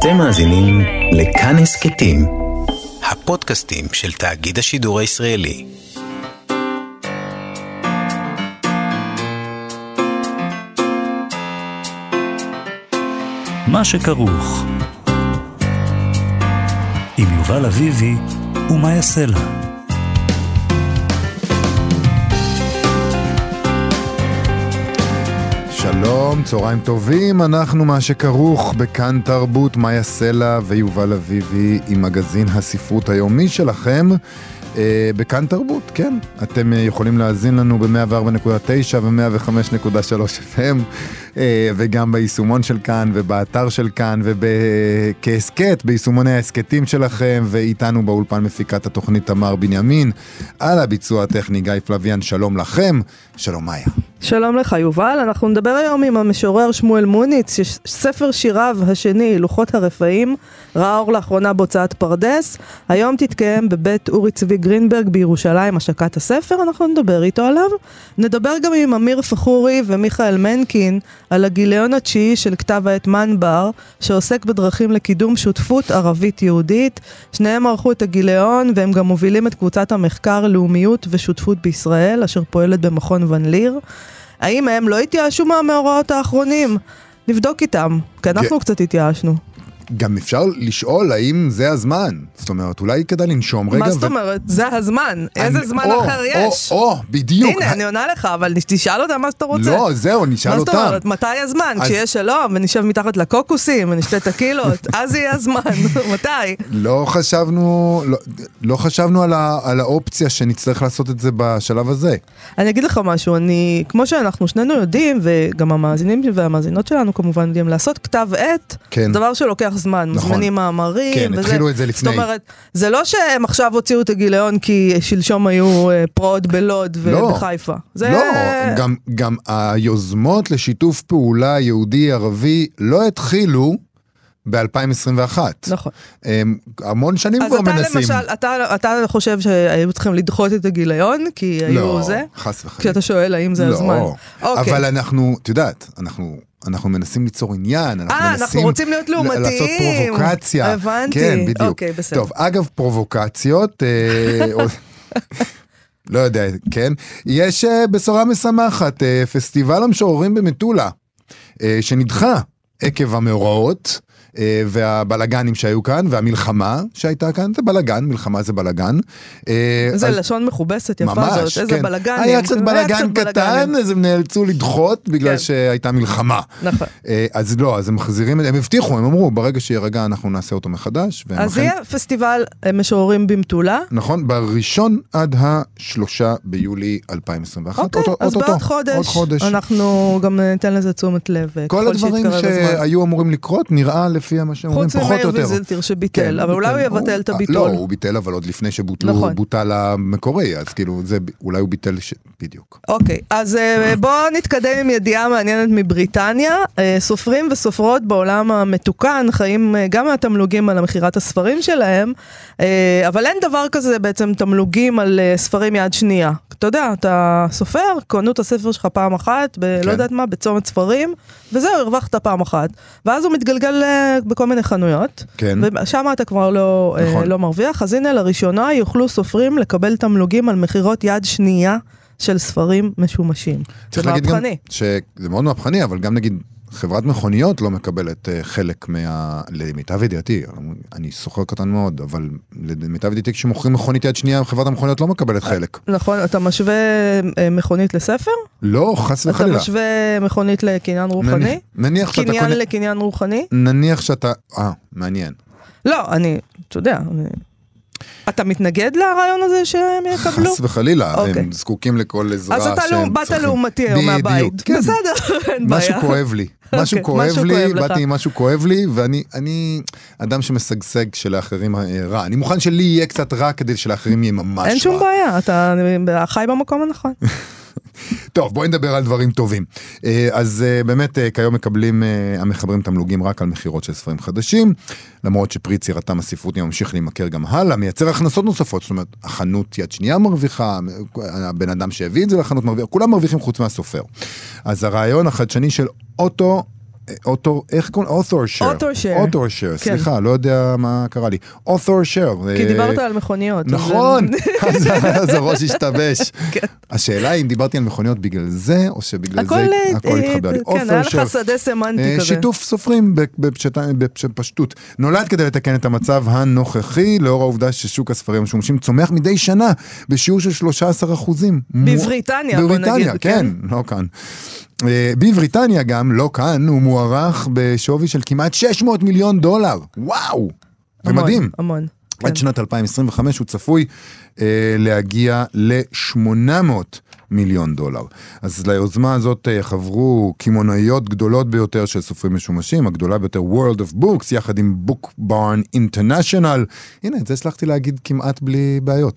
אתם מאזינים לכאן הסכתים, הפודקאסטים של תאגיד השידור הישראלי. מה שכרוך עם יובל אביבי ומה יעשה לה. שלום, צהריים טובים, אנחנו מה שכרוך בכאן תרבות, מה יעשה לה ויובל אביבי עם מגזין הספרות היומי שלכם בכאן תרבות, כן. אתם יכולים להאזין לנו ב-104.9 ו-105.3 FM וגם ביישומון של כאן ובאתר של כאן וכהסקט ביישומוני ההסקטים שלכם, ואיתנו באולפן מפיקת התוכנית תמר בנימין, על הביצוע הטכני גיא פלוויאן. שלום לכם, שלום מאיה. שלום לך יובל, אנחנו נדבר היום עם המשורר שמואל מוניץ, ספר שיריו השני, לוחות הרפאים, ראה אור לאחרונה בהוצאת פרדס. היום תתקיים בבית אורי צבי גרינברג בירושלים השקת הספר, אנחנו נדבר איתו עליו. נדבר גם עם אמיר פחורי ומיכאל מנקין על הגיליון התשיעי של כתב העת מנבר, שעוסק בדרכים לקידום שותפות ערבית יהודית. שניהם ערכו את הגיליון והם גם מובילים את קבוצת המחקר לאומיות ושותפות בישראל, אשר פועלת במכון ון ליר. האם הם לא התייאשו מהמאורעות האחרונים? נבדוק איתם, כי אנחנו קצת התייאשנו. גם אפשר לשאול האם זה הזמן. זאת אומרת, אולי כדאי לנשום רגע. מה זאת אומרת? זה הזמן. איזה זמן אחר יש? בדיוק. הנה, אני עונה לך, אבל תשאל אותם מה שאתה רוצה. לא, זהו, נשאל אותם. מה זאת אומרת? מתי הזמן? כשיש שלום, ונשב מתחת לקוקוסים, ונשתה את הקילות, אז יהיה הזמן. מתי? לא חשבנו על האופציה שנצטרך לעשות את זה בשלב הזה. אני אגיד לך משהו, כמו שאנחנו שנינו יודעים, וגם המאזינים והמאזינות שלנו כמובן יודעים, לעשות כתב עת, דבר שלוקח זמן, מזמנים מאמרים. כן, התחילו את זה לפני. זאת אומרת, זה לא שהם עכשיו הוציאו את הגיליון כי שלשום היו פרעות בלוד ובחיפה. לא, גם היוזמות לשיתוף פעולה יהודי-ערבי לא התחילו ב-2021. נכון. המון שנים כבר מנסים. אז אתה חושב שהיו צריכים לדחות את הגיליון, כי היו זה? לא, חס וחלילה. כשאתה שואל האם זה הזמן. לא, אבל אנחנו, את יודעת, אנחנו מנסים ליצור עניין, אנחנו רוצים להיות לעומתיים. לעשות פרובוקציה. הבנתי. כן, בדיוק. אוקיי, בסדר. טוב, אגב, פרובוקציות, לא יודע, כן? יש בשורה משמחת, פסטיבל המשוררים במטולה, שנדחה עקב המאורעות, והבלגנים שהיו כאן, והמלחמה שהייתה כאן, זה בלגן, מלחמה זה בלגן. זה לשון מכובסת יפה זאת, איזה בלגנים. היה קצת בלגן קטן, אז הם נאלצו לדחות בגלל שהייתה מלחמה. נכון. אז לא, אז הם מחזירים, הם הבטיחו, הם אמרו, ברגע שירגע אנחנו נעשה אותו מחדש. אז יהיה פסטיבל משוררים במטולה. נכון, בראשון עד 3 ביולי 2021. אוקיי, אז בעוד חודש. אנחנו גם ניתן לזה תשומת לב. כל הדברים שהיו אמורים לקרות, נראה לפי מה שאומרים, פחות או יותר. חוץ ממאיר ויזלטיר שביטל, אבל אולי הוא יבטל את הביטול. לא, הוא ביטל, אבל עוד לפני שבוטל המקורי, אז כאילו, אולי הוא ביטל בדיוק. אוקיי, אז בואו נתקדם עם ידיעה מעניינת מבריטניה. סופרים וסופרות בעולם המתוקן חיים גם מהתמלוגים על המחירת הספרים שלהם, אבל אין דבר כזה בעצם תמלוגים על ספרים יד שנייה. אתה יודע, אתה סופר, קנו את הספר שלך פעם אחת, לא יודעת מה, בצומת ספרים, וזהו, הרווחת פעם אחת. ואז הוא מתגלגל בכל מיני חנויות, ושם אתה כבר לא מרוויח. אז הנה, לראשונה יוכלו סופרים לקבל תמלוגים על מחירות יד שנייה של ספרים משומשים. צריך להגיד גם שזה מאוד מהפכני, אבל גם נגיד, חברת מכוניות לא מקבלת חלק למיטב ידיעתי, אני סוחר קטן מאוד, אבל למיטב ידיעתי כשמוכרים מכונית יד שנייה, חברת המכוניות לא מקבלת חלק. נכון, אתה משווה מכונית לספר? לא, חס וחלילה. אתה משווה מכונית לקניין רוחני? נניח שאתה קניין לקניין רוחני? נניח שאתה, מעניין. לא, אתה יודע, אתה מתנגד לרעיון הזה שהם יקבלו? חס וחלילה, הם זקוקים לכל עזרה. אז אתה באת לעומתי היום מהבית. בסדר, אין בעיה. משהו כואב לי. משהו כואב לי, באתי עם משהו כואב לי, ואני אדם שמשגשג שלאחרים רע. אני מוכן שלי יהיה קצת רע כדי שלאחרים יהיה ממש רע. אין שום בעיה, אתה חי במקום הנכון. טוב, בואי נדבר על דברים טובים. אז באמת כיום מקבלים המחברים תמלוגים רק על מחירות של ספרים חדשים, למרות שפרי יצירתם הספרותי ממשיך להימכר גם הלאה, מייצר הכנסות נוספות, זאת אומרת, החנות יד שנייה מרוויחה, הבן אדם שהביא את זה לחנות מרוויחה, כולם מרוויחים חוץ מהסופר. אז הרעיון החדשני של אוטו איך קוראים? author share, סליחה, לא יודע מה קרה לי. author share. כי דיברת על מכוניות. נכון, אז הראש השתבש. השאלה היא אם דיברתי על מכוניות בגלל זה, או שבגלל זה הכל התחבר לי. כן, היה לך שדה סמנטי כזה. שיתוף סופרים בפשטות. נולד כדי לתקן את המצב הנוכחי, לאור העובדה ששוק הספרים המשומשים צומח מדי שנה, בשיעור של 13%. בבריטניה, בוא נגיד. כן, לא כאן. בבריטניה גם, לא כאן, הוא מוערך בשווי של כמעט $600 מיליון. וואו! זה מדהים. המון. עד שנת 2025 הוא צפוי להגיע $800 מיליון. אז ליוזמה הזאת חברו כימונאיות גדולות ביותר של סופרים משומשים, הגדולה ביותר World of Books, יחד עם Book Barn International. הנה, את זה הצלחתי להגיד כמעט בלי בעיות.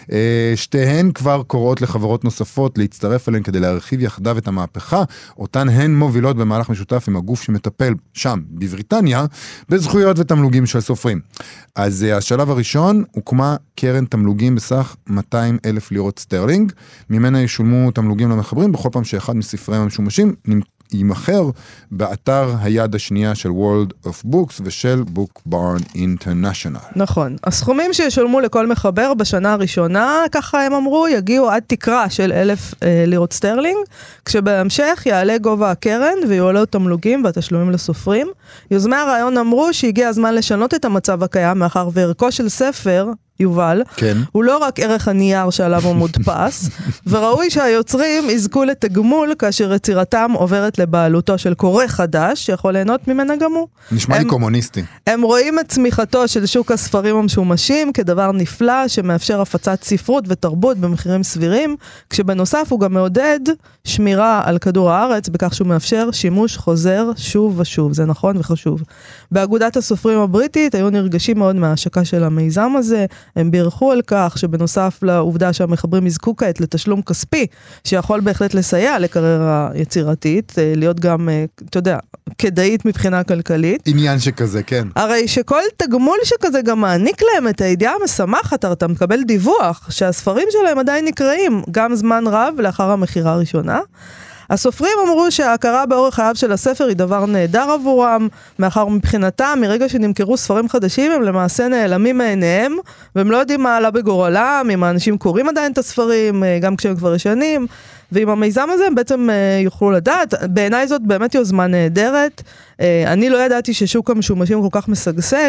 שתיהן כבר קוראות לחברות נוספות להצטרף אליהן כדי להרחיב יחדיו את המהפכה, אותן הן מובילות במהלך משותף עם הגוף שמטפל שם, בבריטניה, בזכויות ותמלוגים של סופרים. אז השלב הראשון הוקמה קרן תמלוגים בסך 200,000 לירות סטרלינג, ממנה ישולמו תמלוגים למחברים בכל פעם שאחד מספריהם המשומשים יימכר באתר היד השנייה של World of Books ושל Book Barn International. נכון. הסכומים שישולמו לכל מחבר בשנה הראשונה, ככה הם אמרו, יגיעו עד תקרה של 1,000 לירות סטרלינג, כשבהמשך יעלה גובה הקרן ויועלו תמלוגים והתשלומים לסופרים. יוזמי הרעיון אמרו שהגיע הזמן לשנות את המצב הקיים, מאחר וערכו של ספר, יובל, כן. הוא לא רק ערך הנייר שעליו הוא מודפס, וראוי שהיוצרים יזכו לתגמול כאשר יצירתם עוברת לבעלותו של קורא חדש, שיכול ליהנות ממנה גם הוא. נשמע לי קומוניסטי. הם רואים את צמיחתו של שוק הספרים המשומשים כדבר נפלא שמאפשר הפצת ספרות ותרבות במחירים סבירים, כשבנוסף הוא גם מעודד שמירה על כדור הארץ, בכך שהוא מאפשר שימוש חוזר שוב ושוב. זה נכון וחשוב. באגודת הסופרים הבריטית היו נרגשים מאוד מההשקה של המיזם הזה, הם בירכו על כך שבנוסף לעובדה שהמחברים יזכו כעת לתשלום כספי, שיכול בהחלט לסייע לקריירה יצירתית, להיות גם, אתה יודע, כדאית מבחינה כלכלית. עניין שכזה, כן. הרי שכל תגמול שכזה גם מעניק להם את הידיעה המשמחת, אתה מקבל דיווח שהספרים שלהם עדיין נקראים, גם זמן רב לאחר המחירה הראשונה. הסופרים אמרו שההכרה באורך חייו של הספר היא דבר נהדר עבורם, מאחר מבחינתם, מרגע שנמכרו ספרים חדשים, הם למעשה נעלמים מעיניהם, והם לא יודעים מה עלה בגורלם, אם האנשים קוראים עדיין את הספרים, גם כשהם כבר ישנים, ועם המיזם הזה הם בעצם יוכלו לדעת. בעיניי זאת באמת יוזמה נהדרת. אני לא ידעתי ששוק המשומשים כל כך משגשג,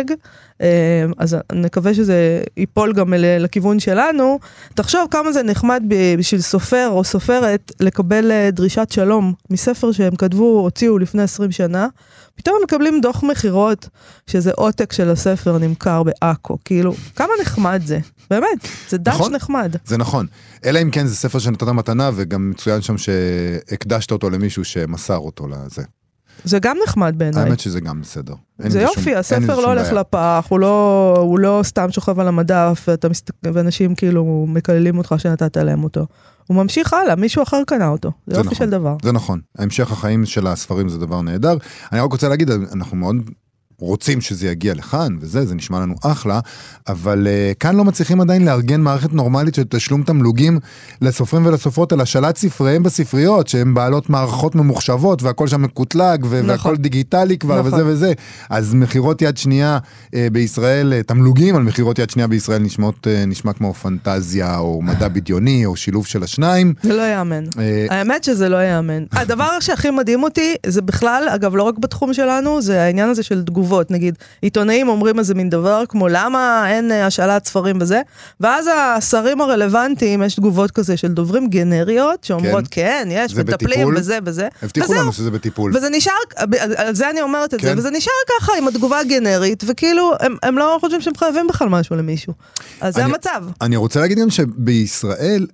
אז נקווה שזה ייפול גם לכיוון שלנו. תחשוב כמה זה נחמד בשביל סופר או סופרת לקבל דרישת שלום מספר שהם כתבו, הוציאו לפני 20 שנה, פתאום מקבלים דוח מחירות, שזה עותק של הספר נמכר באקו. כאילו, כמה נחמד זה? באמת, זה דש נכון, נחמד. זה נכון. אלא אם כן זה ספר שנתת מתנה, וגם מצוין שם שהקדשת אותו למישהו שמסר אותו לזה. זה גם נחמד בעיניי. האמת שזה גם בסדר. זה יופי, הספר לא הולך לפח, הוא לא סתם שוכב על המדף, ואנשים כאילו מקללים אותך שנתת להם אותו. הוא ממשיך הלאה, מישהו אחר קנה אותו. זה יופי של דבר. זה נכון. המשך החיים של הספרים זה דבר נהדר. אני רק רוצה להגיד, אנחנו מאוד רוצים שזה יגיע לכאן, וזה נשמע לנו אחלה, אבל כאן לא מצליחים עדיין לארגן מערכת נורמלית של תשלום תמלוגים לסופרים ולסופרות, על השאלת ספריהם בספריות, שהן בעלות מערכות ממוחשבות, והכל שם מקוטלג, והכל דיגיטלי כבר, וזה וזה. אז מחירות יד שנייה בישראל, תמלוגים על מחירות יד שנייה בישראל נשמע כמו פנטזיה, או מדע בדיוני, או שילוב של השניים. זה לא יאמן. האמת שזה לא יאמן. הדבר שהכי מדהים אותי, זה בכלל, אגב, לא רק בתחום שלנו, זה העניין הזה של תגובות. נגיד, עיתונאים אומרים איזה מין דבר, כמו למה אין השאלת ספרים וזה, ואז השרים הרלוונטיים, יש תגובות כזה של דוברים גנריות, שאומרות, כן, יש, מטפלים וזה וזה. הבטיחו לנו שזה בטיפול. וזה נשאר, על זה אני אומרת את זה, וזה נשאר ככה עם התגובה הגנרית, וכאילו, הם לא חושבים שהם חייבים בכלל משהו למישהו. אז זה המצב. אני רוצה להגיד גם שבישראל,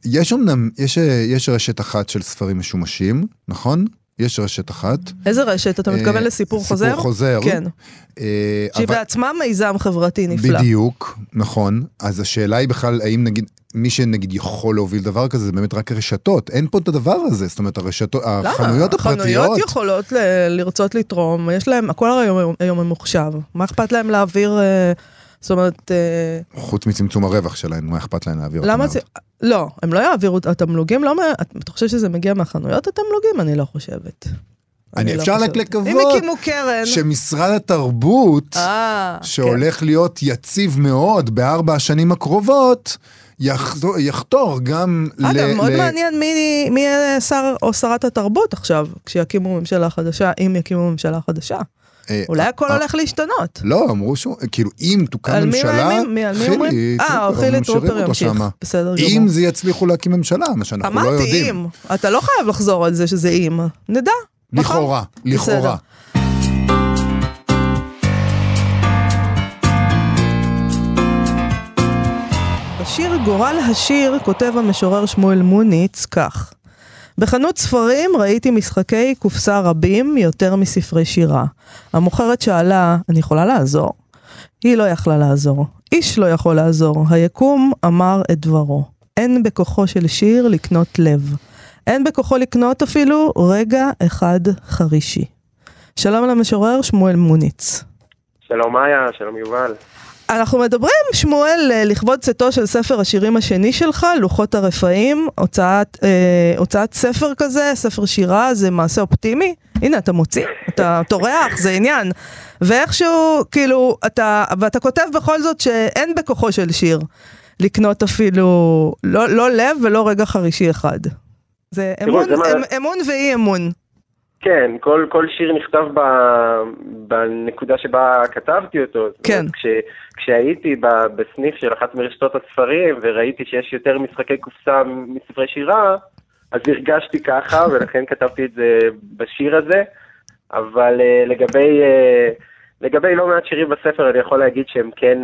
יש רשת אחת של ספרים משומשים, נכון? יש רשת אחת. איזה רשת? אתה מתכוון לסיפור חוזר? סיפור חוזר. כן. שהיא בעצמה מיזם חברתי נפלא. בדיוק, נכון. אז השאלה היא בכלל, האם נגיד, מי שנגיד יכול להוביל דבר כזה, זה באמת רק הרשתות. אין פה את הדבר הזה. זאת אומרת, החנויות הפרטיות. החנויות יכולות לרצות לתרום. יש להם, הכל היום ממוחשב. מה אכפת להם להעביר... זאת אומרת... חוץ מצמצום הרווח שלהם, מה אכפת להם להעביר אותם? לא, הם לא יעבירו את התמלוגים, אתה חושב שזה מגיע מהחנויות התמלוגים? אני לא חושבת. אפשר רק לקוות אם הקימו קרן... שמשרד התרבות, שהולך להיות יציב מאוד ב4 השנים הקרובות, יחתור גם אגב, מאוד מעניין מי יהיה שר או שרת התרבות עכשיו, כשיקימו ממשלה חדשה, אם יקימו ממשלה חדשה. אולי הכל הולך להשתנות. לא, אמרו כאילו, אם תוקם ממשלה, חילי טרופר ימשיך. בסדר גמור. אם זה יצליחו להקים ממשלה, מה שאנחנו לא יודעים. אמרתי אם. אתה לא חייב לחזור על זה שזה אם. נדע. לכאורה. בשיר גורל השיר כותב המשורר שמואל מוניץ כך: בחנות ספרים ראיתי משחקי קופסה רבים יותר מספרי שירה. המוכרת שאלה, אני יכולה לעזור? היא לא יכלה לעזור. איש לא יכול לעזור. היקום אמר את דברו. אין בכוחו של שיר לקנות לב. אין בכוחו לקנות אפילו רגע אחד חרישי. שלום למשורר שמואל מוניץ. שלום מאיה, שלום יובל. אנחנו מדברים, שמואל, לכבוד צאתו של ספר השירים השני שלך, לוחות הרפאים, הוצאת ספר כזה, ספר שירה, זה מעשה אופטימי. הנה, אתה מוציא, אתה טורח, זה עניין. ואיכשהו, כאילו, ואתה כותב בכל זאת שאין בכוחו של שיר לקנות אפילו, לא לב ולא רגע חרישי אחד. זה אמון ואי אמון. כן, כל שיר נכתב בנקודה שבה כתבתי אותו. כן. כשהייתי בסניף של אחת מרשתות הספרים, וראיתי שיש יותר משחקי קופסה מספרי שירה, אז הרגשתי ככה, ולכן כתבתי את זה בשיר הזה. אבל לגבי לא מעט שירים בספר, אני יכול להגיד שהם כן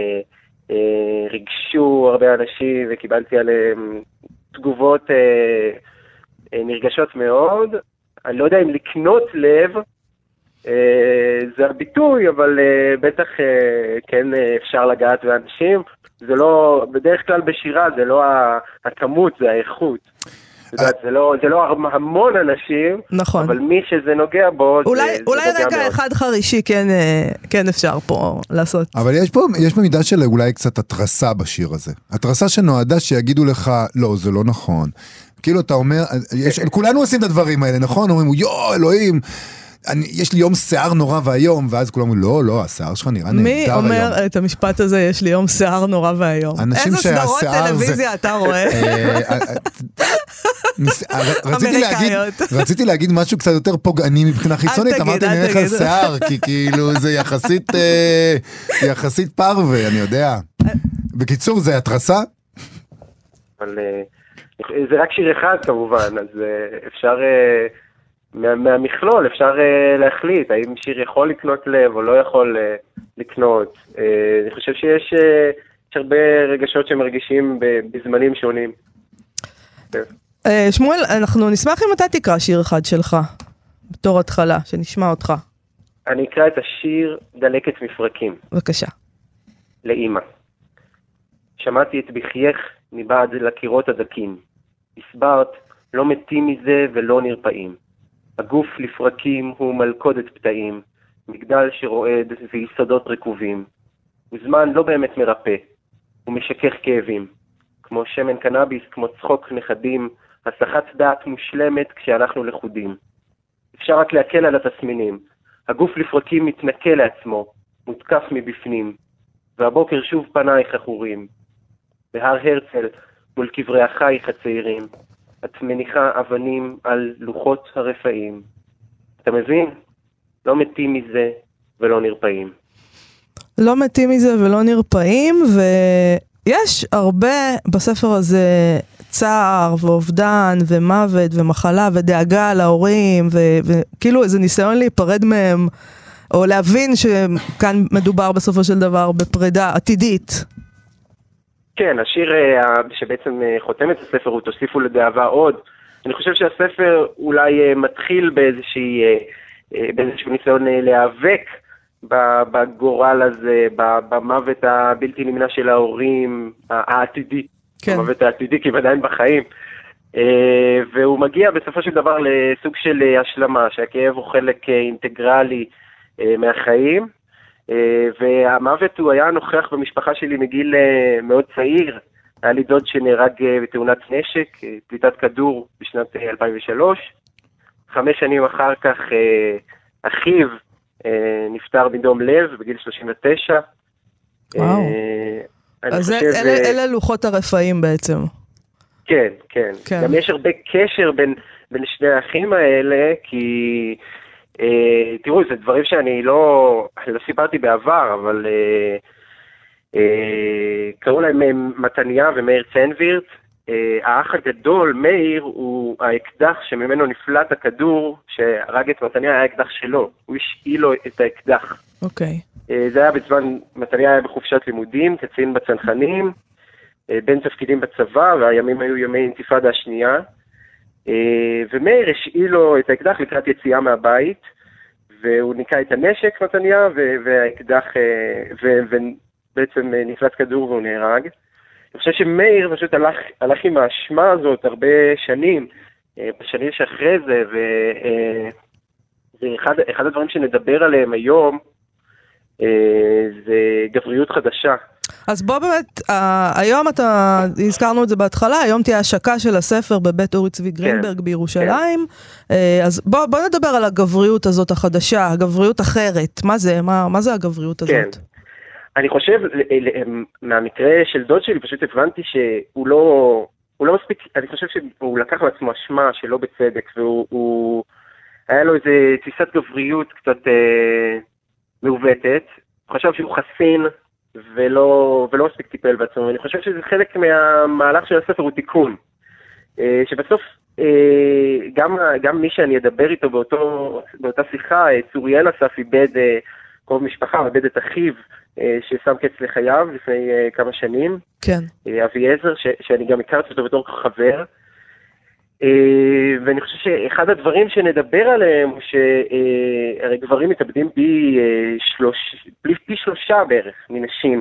ריגשו הרבה אנשים, וקיבלתי עליהם תגובות נרגשות מאוד. אני לא יודע אם לקנות לב, זה הביטוי, אבל בטח כן אפשר לגעת באנשים. זה לא, בדרך כלל בשירה זה לא הכמות, זה האיכות. זה לא המון אנשים, נכון. אבל מי שזה נוגע בו, אולי רגע אחד חרישי כן אפשר פה לעשות. אבל יש פה מידה של אולי קצת התרסה בשיר הזה. התרסה שנועדה שיגידו לך, לא, זה לא נכון. כאילו אתה אומר, כולנו עושים את הדברים האלה, נכון? אומרים, אלוהים, יש לי יום שיער נורא והיום, ואז כולם אומרים, לא, השיער שלך נראה נהדר היום. מי אומר את המשפט הזה, יש לי יום שיער נורא והיום? איזה סדרות טלוויזיה אתה רואה? רציתי להגיד משהו קצת יותר פוגעני מבחינה חיצונית, אמרתי נלך על שיער, כי כאילו זה יחסית פרווה, אני יודע. בקיצור, זה התרסה? אבל זה רק שיר אחד כמובן, אז אפשר... מהמכלול אפשר להחליט האם שיר יכול לקנות לב או לא יכול לקנות. אני חושב שיש הרבה רגשות שמרגישים בזמנים שונים. שמואל, אנחנו נשמח אם אתה תקרא שיר אחד שלך, בתור התחלה, שנשמע אותך. אני אקרא את השיר דלקת מפרקים. בבקשה. לאמא. שמעתי את בחייך מבעד לקירות הדקים. הסברת, לא מתים מזה ולא נרפאים. הגוף לפרקים הוא מלכודת פתאים, מגדל שרועד ויסודות רקובים. וזמן לא באמת מרפא, הוא משכך כאבים. כמו שמן קנאביס, כמו צחוק נכדים, הסחת דעת מושלמת כשאנחנו לחודים. אפשר רק להקל על התסמינים. הגוף לפרקים מתנקה לעצמו, מותקף מבפנים. והבוקר שוב פנייך חכורים. בהר הרצל, מול קברי החייך הצעירים. את מניחה אבנים על לוחות הרפאים. אתה מבין? לא מתים מזה ולא נרפאים. לא מתים מזה ולא נרפאים, ויש הרבה בספר הזה צער ואובדן ומוות ומחלה ודאגה להורים, וכאילו איזה ניסיון להיפרד מהם, או להבין שכאן מדובר בסופו של דבר בפרידה עתידית. כן, השיר שבעצם חותם את הספר הוא תוסיפו לדאבה עוד. אני חושב שהספר אולי מתחיל באיזשהו ניסיון להיאבק בגורל הזה, במוות הבלתי נמנע של ההורים, העתידי. כן. המוות העתידי, כי עדיין בחיים. והוא מגיע בסופו של דבר לסוג של השלמה, שהכאב הוא חלק אינטגרלי מהחיים. והמוות הוא היה נוכח במשפחה שלי מגיל מאוד צעיר. היה לי דוד שנהרג בתאונת נשק, פליטת כדור בשנת 2003. 5 שנים אחר כך אחיו נפטר מדום לב בגיל 39. וואו. אז אלה לוחות הרפאים בעצם. כן, כן. גם יש הרבה קשר בין שני האחים האלה, כי תראו, זה דברים שאני לא סיפרתי בעבר, אבל קראו להם מתניה ומאיר צנבירט. האח הגדול, מאיר, הוא האקדח שממנו נפלט הכדור שהרג את מתניה, היה האקדח שלו. הוא השאיל לו את האקדח. אוקיי. זה היה בזמן, מתניה היה בחופשת לימודים, קצין בצנחנים, בין תפקידים בצבא, והימים היו ימי אינתיפאדה השנייה. ומאיר השאיל לו את האקדח לקראת יציאה מהבית, והוא ניקה את הנשק, מתניה, והאקדח, ובעצם נפלט כדור והוא נהרג. אני חושב שמאיר פשוט הלך עם האשמה הזאת הרבה שנים, בשנים שאחרי זה, וזה אחד הדברים שנדבר עליהם היום, זה גבריות חדשה. אז בוא באמת, היום הזכרנו את זה בהתחלה, היום תהיה השקה של הספר בבית אורי צבי גרינברג בירושלים, אז בוא נדבר על הגבריות הזאת החדשה, הגבריות אחרת, מה זה הגבריות הזאת? אני חושב, מהמקרה של דוד שלי, פשוט הבנתי שהוא לא מספיק, אני חושב שהוא לקח לעצמו אשמה שלא בצדק, והוא היה לו איזו תפיסת גבריות קצת מעוותת, הוא חשב שהוא חסין, ולא מספיק טיפל בעצמו. אני חושב שזה חלק מהמהלך של הספר הוא תיקון. שבסוף, גם מי שאני אדבר איתו באותה שיחה, צוריאל אסף איבד קרוב משפחה, איבד את אחיו, ששם קץ לחייו לפני כמה שנים. כן. אביעזר, שאני גם הכרתי אותו בתור חבר. ואני חושב שאחד הדברים שנדבר עליהם הוא שהרי גברים מתאבדים פי 3 בערך מנשים.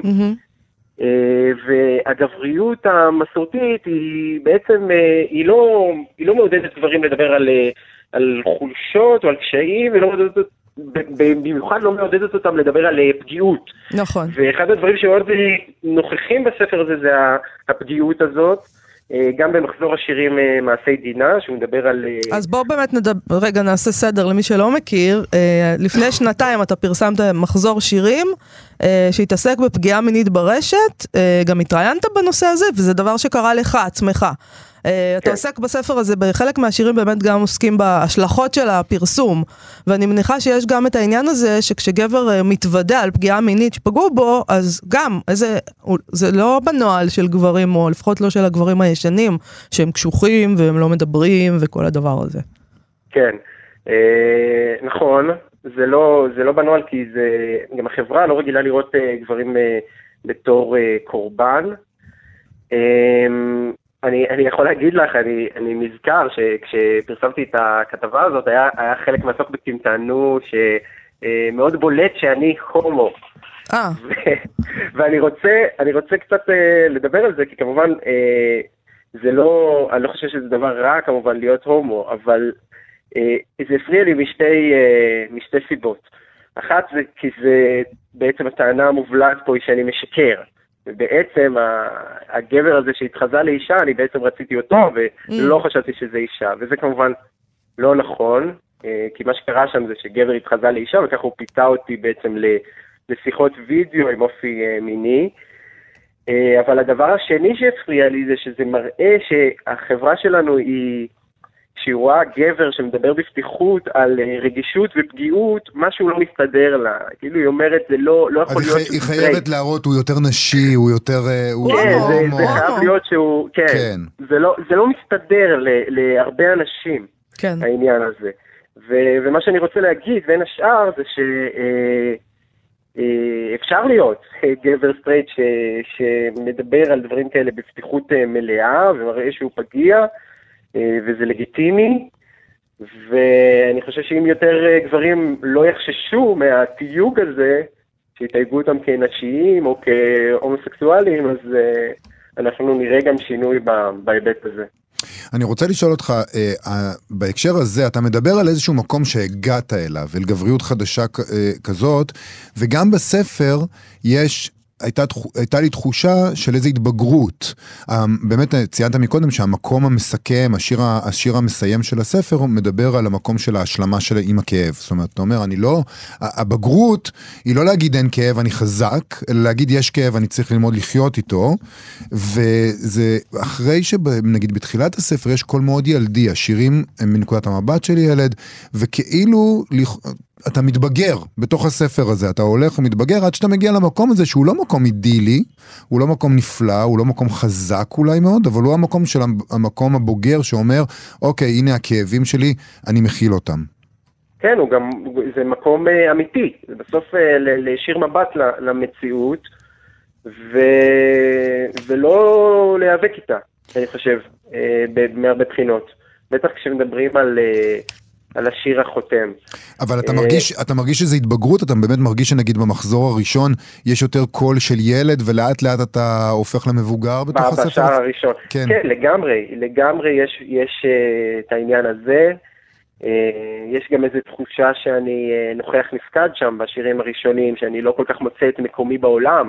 והגבריות המסורתית היא בעצם, היא לא מעודדת גברים לדבר על חולשות או על קשיים, במיוחד לא מעודדת אותם לדבר על פגיעות. נכון. ואחד הדברים שמאוד נוכחים בספר הזה זה הפגיעות הזאת. גם במחזור השירים מעשי דינה, שהוא מדבר על... אז בואו באמת רגע נעשה סדר למי שלא מכיר. לפני 2 אתה פרסמת מחזור שירים, שהתעסק בפגיעה מינית ברשת, גם התראיינת בנושא הזה, וזה דבר שקרה לך, עצמך. אתה עוסק בספר הזה, בחלק מהשירים באמת גם עוסקים בהשלכות של הפרסום, ואני מניחה שיש גם את העניין הזה, שכשגבר מתוודע על פגיעה מינית שפגעו בו, אז גם, זה לא בנועל של גברים, או לפחות לא של הגברים הישנים, שהם קשוחים והם לא מדברים וכל הדבר הזה. כן, נכון, זה לא בנועל, כי גם החברה לא רגילה לראות גברים בתור קורבן. אני יכול להגיד לך, אני נזכר שכשפרסמתי את הכתבה הזאת, היה חלק מהטוקבקים טענו שמאוד בולט שאני הומו. ואני רוצה קצת לדבר על זה, כי כמובן, אני לא חושב שזה דבר רע כמובן להיות הומו, אבל זה הפריע לי משתי סיבות. אחת זה כי זה בעצם הטענה המובלעת פה היא שאני משקר. ובעצם הגבר הזה שהתחזה לאישה, אני בעצם רציתי אותו, ולא חשבתי שזה אישה. וזה כמובן לא נכון, כי מה שקרה שם זה שגבר התחזה לאישה, וכך הוא פיתה אותי בעצם לשיחות וידאו עם אופי מיני. אבל הדבר השני שהפריע לי זה שזה מראה שהחברה שלנו שהיא רואה גבר שמדבר בפתיחות על רגישות ופגיעות, משהו לא מסתדר לה. כאילו היא אומרת, זה לא יכול להיות... אז היא חייבת להראות, הוא יותר נשי, הוא יותר... כן, זה חייב להיות שהוא... כן. זה לא מסתדר להרבה אנשים, העניין הזה. ומה שאני רוצה להגיד, בין השאר, זה אפשר להיות גבר סטרייט שמדבר על דברים כאלה בפתיחות מלאה, ומראה שהוא פגיע, וזה לגיטימי, ואני חושב שאם יותר גברים לא יחששו מהתיוג הזה, שיתייגו אותם כנשיים או כהומוסקסואלים, אז אנחנו נראה גם שינוי בהיבט הזה. אני רוצה לשאול אותך, בהקשר הזה, אתה מדבר על איזשהו מקום שהגעת אליו, אל גבריות חדשה כזאת, וגם בספר יש הייתה לי תחושה של איזו התבגרות. באמת ציינת מקודם שהמקום המסכם, השיר המסיים של הספר, הוא מדבר על המקום של ההשלמה שלה עם הכאב. זאת אומרת, אתה אומר, הבגרות היא לא להגיד אין כאב, אני חזק, אלא להגיד יש כאב, אני צריך ללמוד לחיות איתו, וזה אחרי שנגיד בתחילת הספר יש קול מאוד ילדי, השירים הם מנקודת המבט של ילד, וכאילו אתה מתבגר בתוך הספר הזה, אתה הולך ומתבגר עד שאתה מגיע למקום הזה שהוא לא מקום אידילי, הוא לא מקום נפלא, הוא לא מקום חזק אולי מאוד, אבל הוא המקום של המקום הבוגר שאומר, אוקיי, הנה הכאבים שלי, אני מכיל אותם. כן, זה מקום אמיתי, בסוף להישיר מבט למציאות, ולא להיאבק איתה, אני חושב, מהרבה בחינות. בטח כשמדברים על השיר החותם. אבל אתה מרגיש שזה התבגרות, אתה באמת מרגיש שנגיד במחזור הראשון יש יותר קול של ילד, ולאט לאט אתה הופך למבוגר בתוך הספר? בשער הראשון. כן, לגמרי יש את העניין הזה. יש גם איזו תחושה שאני נוכח נפקד שם בשירים הראשונים, שאני לא כל כך מוצא את מקומי בעולם,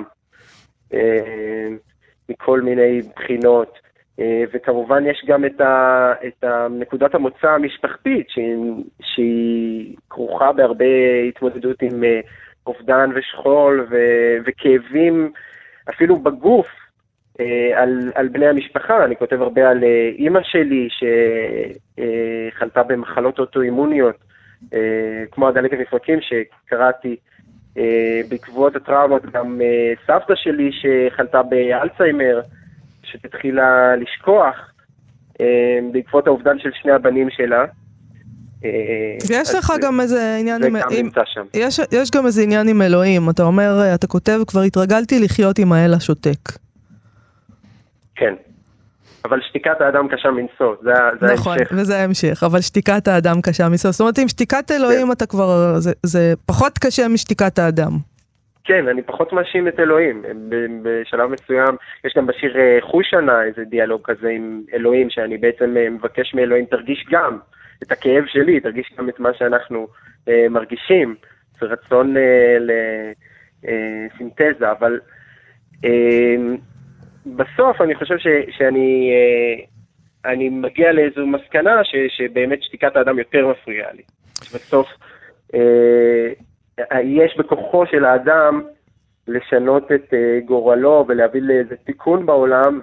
מכל מיני בחינות. וכמובן יש גם את נקודת המוצא המשפחתית שהיא כרוכה בהרבה התמודדות עם אובדן ושכול וכאבים אפילו בגוף על בני המשפחה. אני כותב הרבה על אמא שלי שחלתה במחלות אוטואימוניות כמו הדלקת מפרקים שקראתי בעקבות הטראומות, גם סבתא שלי שחלתה באלצהיימר שתתחילה לשכוח בעקבות האובדן של שני הבנים שלה. ויש לך גם איזה עניין יש גם איזה עניין עם אלוהים. אתה אומר, אתה כותב, כבר התרגלתי לחיות עם האל השותק. כן. אבל שתיקת האדם קשה מנשוא, זה ההמשך. נכון, וזה ההמשך, אבל שתיקת האדם קשה מנשוא. זאת אומרת, עם שתיקת אלוהים אתה כבר, זה פחות קשה משתיקת האדם. כן, אני פחות מאשים את אלוהים. בשלב מסוים, יש גם בשיר חושנה איזה דיאלוג כזה עם אלוהים, שאני בעצם מבקש מאלוהים, תרגיש גם את הכאב שלי, תרגיש גם את מה שאנחנו מרגישים. זה רצון לסינתזה, אבל בסוף אני חושב שאני מגיע לאיזו מסקנה שבאמת שתיקת האדם יותר מפריעה לי. בסוף יש בכוחו של האדם לשנות את גורלו ולהביא לאיזה תיקון בעולם,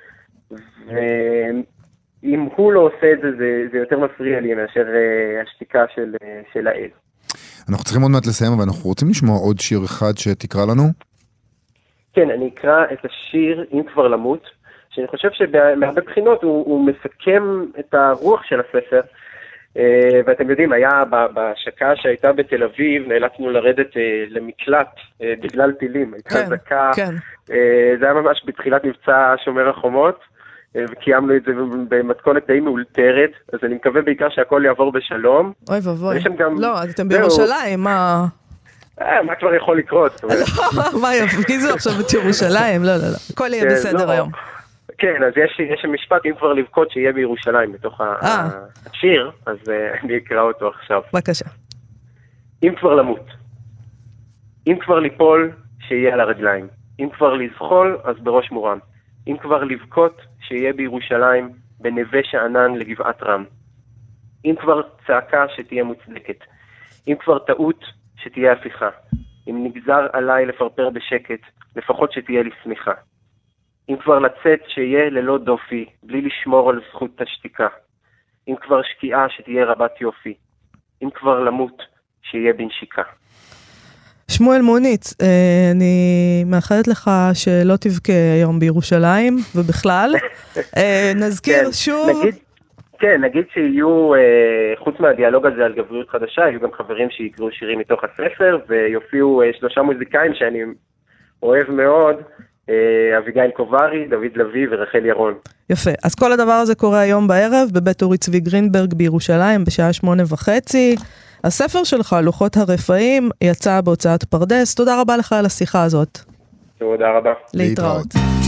ואם הוא לא עושה את זה יותר מפריע לי מאשר השתיקה של האל. אנחנו צריכים עוד מעט לסיים, אבל אנחנו רוצים לשמוע עוד שיר אחד שתקרא לנו. כן, אני אקרא את השיר אם כבר למות, שאני חושב שמהרבה בחינות הוא מסכם את הרוח של הספר, ואתם יודעים, היה בהשקה שהייתה בתל אביב, נאלצנו לרדת למקלט בגלל טילים, הייתה זקה, זה היה ממש בתחילת מבצע שומר החומות, וקיימנו את זה במתכונת די מאולתרת, אז אני מקווה בעיקר שהכל יעבור בשלום. אוי ובוי, לא, אתם בירושלים, מה כבר יכול לקרות? מה יפגיזו עכשיו את ירושלים? לא, הכל יהיה בסדר היום. כן, אז יש משפט, אם כבר לבכות, שיהיה בירושלים, בתוך השיר, אז אני אקרא אותו עכשיו. בבקשה. אם כבר למות, אם כבר ליפול, שיהיה על הרגליים, אם כבר לזחול, אז בראש מורם, אם כבר לבכות, שיהיה בירושלים, בנווה שאנן לגבעת רם, אם כבר צעקה, שתהיה מוצדקת, אם כבר טעות, שתהיה הפיכה, אם נגזר עליי לפרפר בשקט, לפחות שתהיה לי סמיכה. אם כבר לצאת שיהיה ללא דופי, בלי לשמור על זכות השתיקה. אם כבר שקיעה שתהיה רבת יופי. אם כבר למות, שיהיה בנשיקה. שמואל מוניץ, אני מאחלת לך שלא תבכה היום בירושלים, ובכלל. נזכיר שוב. נגיד שיהיו, חוץ מהדיאלוג הזה על גבריות חדשה, יהיו גם חברים שיקראו שירים מתוך הספר, ויופיעו 3 מוזיקאים שאני אוהב מאוד, אביגיל קוברי, דוד לוי ורחל ירון. יפה. אז כל הדבר הזה קורה היום בערב בבית אורי צבי גרינברג בירושלים בשעה 8:30. הספר שלך, לוחות הרפאים, יצא בהוצאת פרדס. תודה רבה לך על השיחה הזאת. תודה רבה. להתראות.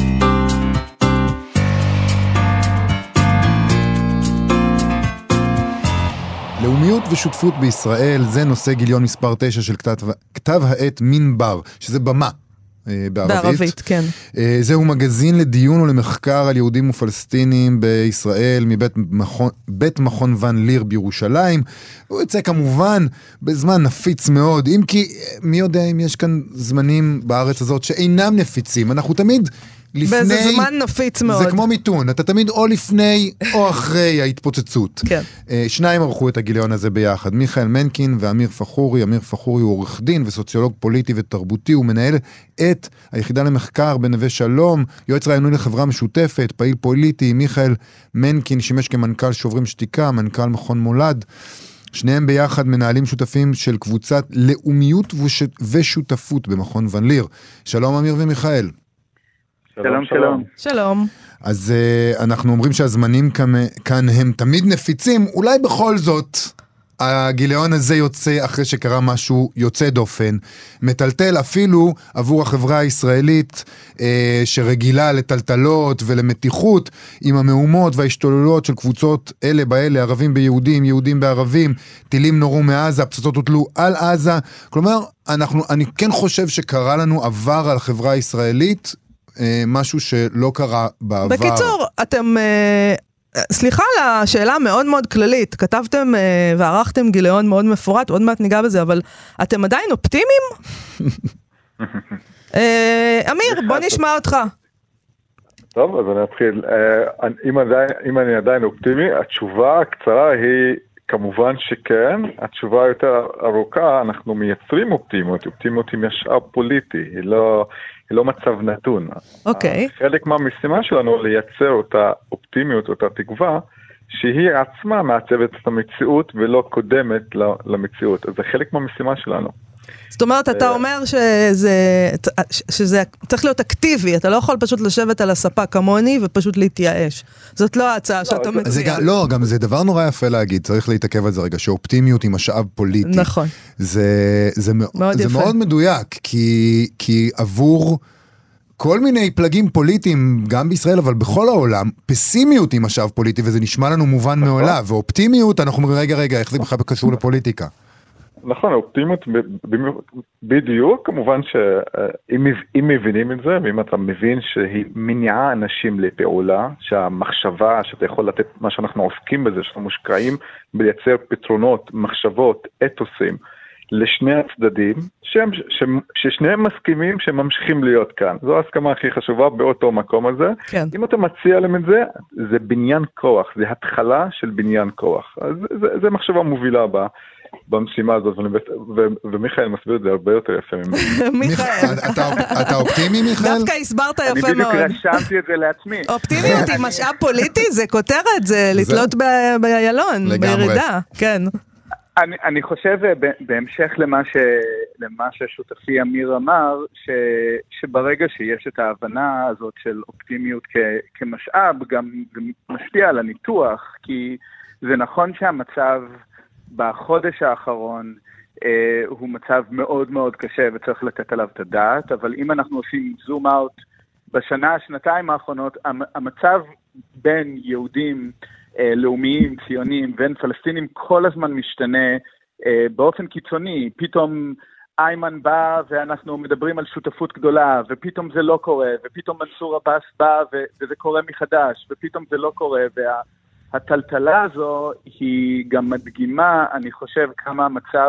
לאומיות ושותפות בישראל זה נושא גיליון מספר 9 של כתב העת מנבר, שזה במה. בערבית, כן. זהו מגזין לדיון ולמחקר על יהודים ופלסטינים בישראל, מבית מכון ון ליר בירושלים. הוא יוצא כמובן בזמן נפיץ מאוד, אם כי מי יודע אם יש כאן זמנים בארץ הזאת שאינם נפיצים. אנחנו תמיד לפני... באיזה זמן נפיץ מאוד. זה כמו מיתון, אתה תמיד או לפני או אחרי ההתפוצצות. כן. שניים ערכו את הגיליון הזה ביחד, מיכאל מנקין ואמיר פחורי. אמיר פחורי הוא עורך דין וסוציולוג פוליטי ותרבותי, הוא מנהל את היחידה למחקר בנווה שלום, יועץ רעיוני לחברה משותפת, פעיל פוליטי. מיכאל מנקין שימש כמנכ"ל שוברים שתיקה, מנכ"ל מכון מולד. שניהם ביחד מנהלים שותפים של קבוצת לאומיות ושותפות במכון ון ליר. שלום אמיר ומיכאל. שלום, שלום. שלום. אז אנחנו אומרים שהזמנים כאן הם תמיד נפיצים, אולי בכל זאת הגיליון הזה יוצא אחרי שקרה משהו יוצא דופן, מטלטל אפילו עבור החברה הישראלית שרגילה לטלטלות ולמתיחות עם המהומות וההשתוללות של קבוצות אלה באלה, ערבים ביהודים, יהודים בערבים, טילים נורו מעזה, פצצות הוטלו על עזה. כלומר, אני כן חושב שקרה לנו עבר על החברה הישראלית, משהו שלא קרה בעבר. בקיצור, אתם, סליחה על השאלה מאוד מאוד כללית, כתבתם וערכתם גיליון מאוד מפורט, עוד מעט ניגע בזה, אבל אתם עדיין אופטימיים? אמיר, בוא נשמע אותך. טוב, אז אני אתחיל. אם אני עדיין אופטימי, התשובה הקצרה היא כמובן שכן. התשובה היותר ארוכה, אנחנו מייצרים אופטימיות. אופטימיות היא משאב פוליטי, היא לא מצב נתון. אוקיי. חלק מהמשימה שלנו לייצר אותה אופטימיות, אותה תקווה, שהיא עצמה מעצבת את המציאות ולא קודמת למציאות. אז זה חלק מהמשימה שלנו. זאת אומרת, אתה אומר שזה צריך להיות אקטיבי, אתה לא יכול פשוט לשבת על הספה כמוני ופשוט להתייאש. זאת לא ההצעה שאתה מציע. לא, גם זה דבר נורא יפה להגיד, צריך להתעכב על זה רגע, שאופטימיות היא משאב פוליטי. נכון. זה מאוד מדויק, כי עבור כל מיני פלגים פוליטיים, גם בישראל, אבל בכל העולם, פסימיות היא משאב פוליטי, וזה נשמע לנו מובן מעולה, ואופטימיות, אנחנו אומרים, רגע, איך זה בכלל קשור לפוליטיקה? נכון, האופטימיות בדיוק, כמובן שאם מבינים את זה, ואם אתה מבין שהיא מניעה אנשים לפעולה, שהמחשבה, שאתה יכול לתת מה שאנחנו עוסקים בזה, שאנחנו מושקעים בלייצר פתרונות, מחשבות, אתוסים, לשני הצדדים, ששניהם מסכימים שהם ממשיכים להיות כאן. זו ההסכמה הכי חשובה באותו מקום הזה. כן. אם אתה מציע להם את זה, זה בניין כוח, זה התחלה של בניין כוח. אז זה מחשבה מובילה במשימה הזאת, ומיכאל מסביר את זה הרבה יותר יפה ממני. מיכאל. אתה אופטימי, מיכאל? דווקא הסברת יפה מאוד. אני בדיוק רשמתי את זה לעצמי. אופטימיות היא משאב פוליטי, זה כותרת, זה לתלות ביילון, בירידה, כן. אני חושב, בהמשך למה ששותפי אמיר אמר, שברגע שיש את ההבנה הזאת של אופטימיות כמשאב, גם משפיע על הניתוח, כי זה נכון שהמצב בחודש האחרון הוא מצב מאוד מאוד קשה וצריך לתת עליו את הדעת, אבל אם אנחנו עושים זום אאוט שנתיים האחרונות, המצב בין יהודים לאומיים, ציונים, בין פלסטינים כל הזמן משתנה באופן קיצוני. פתאום איימן בא ואנחנו מדברים על שותפות גדולה, ופתאום זה לא קורה, ופתאום מנסור עבאס בא וזה קורה מחדש, ופתאום זה לא קורה, והטלטלה הזו היא גם מדגימה, אני חושב, כמה המצב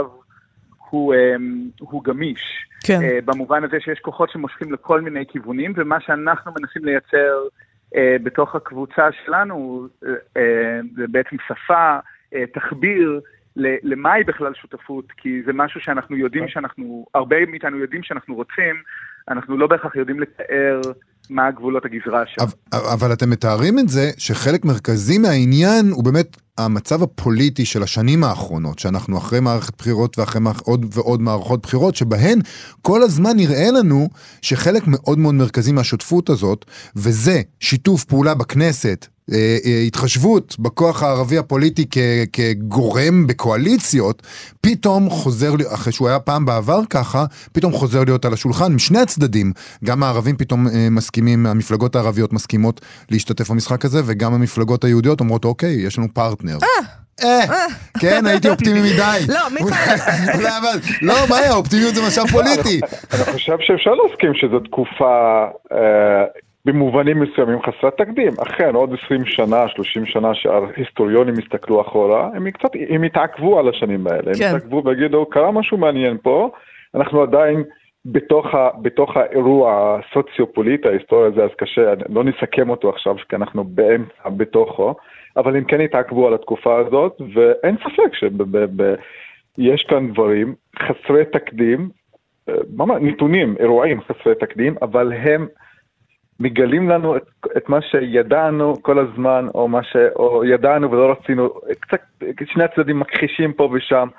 הוא גמיש. כן. במובן הזה שיש כוחות שמושכים לכל מיני כיוונים, ומה שאנחנו מנסים לייצר בתוך הקבוצה שלנו, זה בעצם שפה, תחביר, למה היא בכלל שותפות, כי זה משהו שאנחנו יודעים הרבה מאיתנו יודעים שאנחנו רוצים, אנחנו לא בהכרח יודעים לתאר מה הגבולות הגזרה שלו. אבל אתם מתארים את זה שחלק מרכזי מהעניין הוא באמת המצב הפוליטי של השנים האחרונות, שאנחנו אחרי מערכת בחירות ואחרי עוד ועוד מערכות בחירות, שבהן כל הזמן נראה לנו שחלק מאוד מאוד מרכזי מהשותפות הזאת, וזה שיתוף פעולה בכנסת, התחשבות בכוח הערבי הפוליטי כגורם בקואליציות, פתאום חוזר, אחרי שהוא היה פעם בעבר ככה, פתאום חוזר להיות על השולחן משני הצדדים. גם הערבים פתאום מסכימים, המפלגות הערביות מסכימות להשתתף במשחק הזה, וגם המפלגות היהודיות אומרות, אוקיי, יש לנו פרטנר. כן, הייתי אופטימי מדי. לא, מיכאל. לא, מה, האופטימיות זה משאב פוליטי. אני חושב שאפשר להסכים שזו תקופה במובנים מסוימים חסרת תקדים. אכן, עוד 20 שנה, 30 שנה שההיסטוריונים הסתכלו אחורה, הם התעכבו על השנים האלה. הם התעכבו והגידו, קרה משהו מעניין פה, אנחנו עדיין בתוך האירוע הסוציו-פוליטי, ההיסטוריה הזה, אז קשה, לא נסכם אותו עכשיו, כי אנחנו באמצע בתוכו, אבל הם כן התעכבו על התקופה הזאת, ואין ספק שיש כאן דברים חסרי תקדים, ממש נתונים, אירועים חסרי תקדים, אבל הם מגלים לנו את מה שידענו כל הזמן, או ידענו ולא רצינו, קצת שני הצדדים מכחישים פה ושם,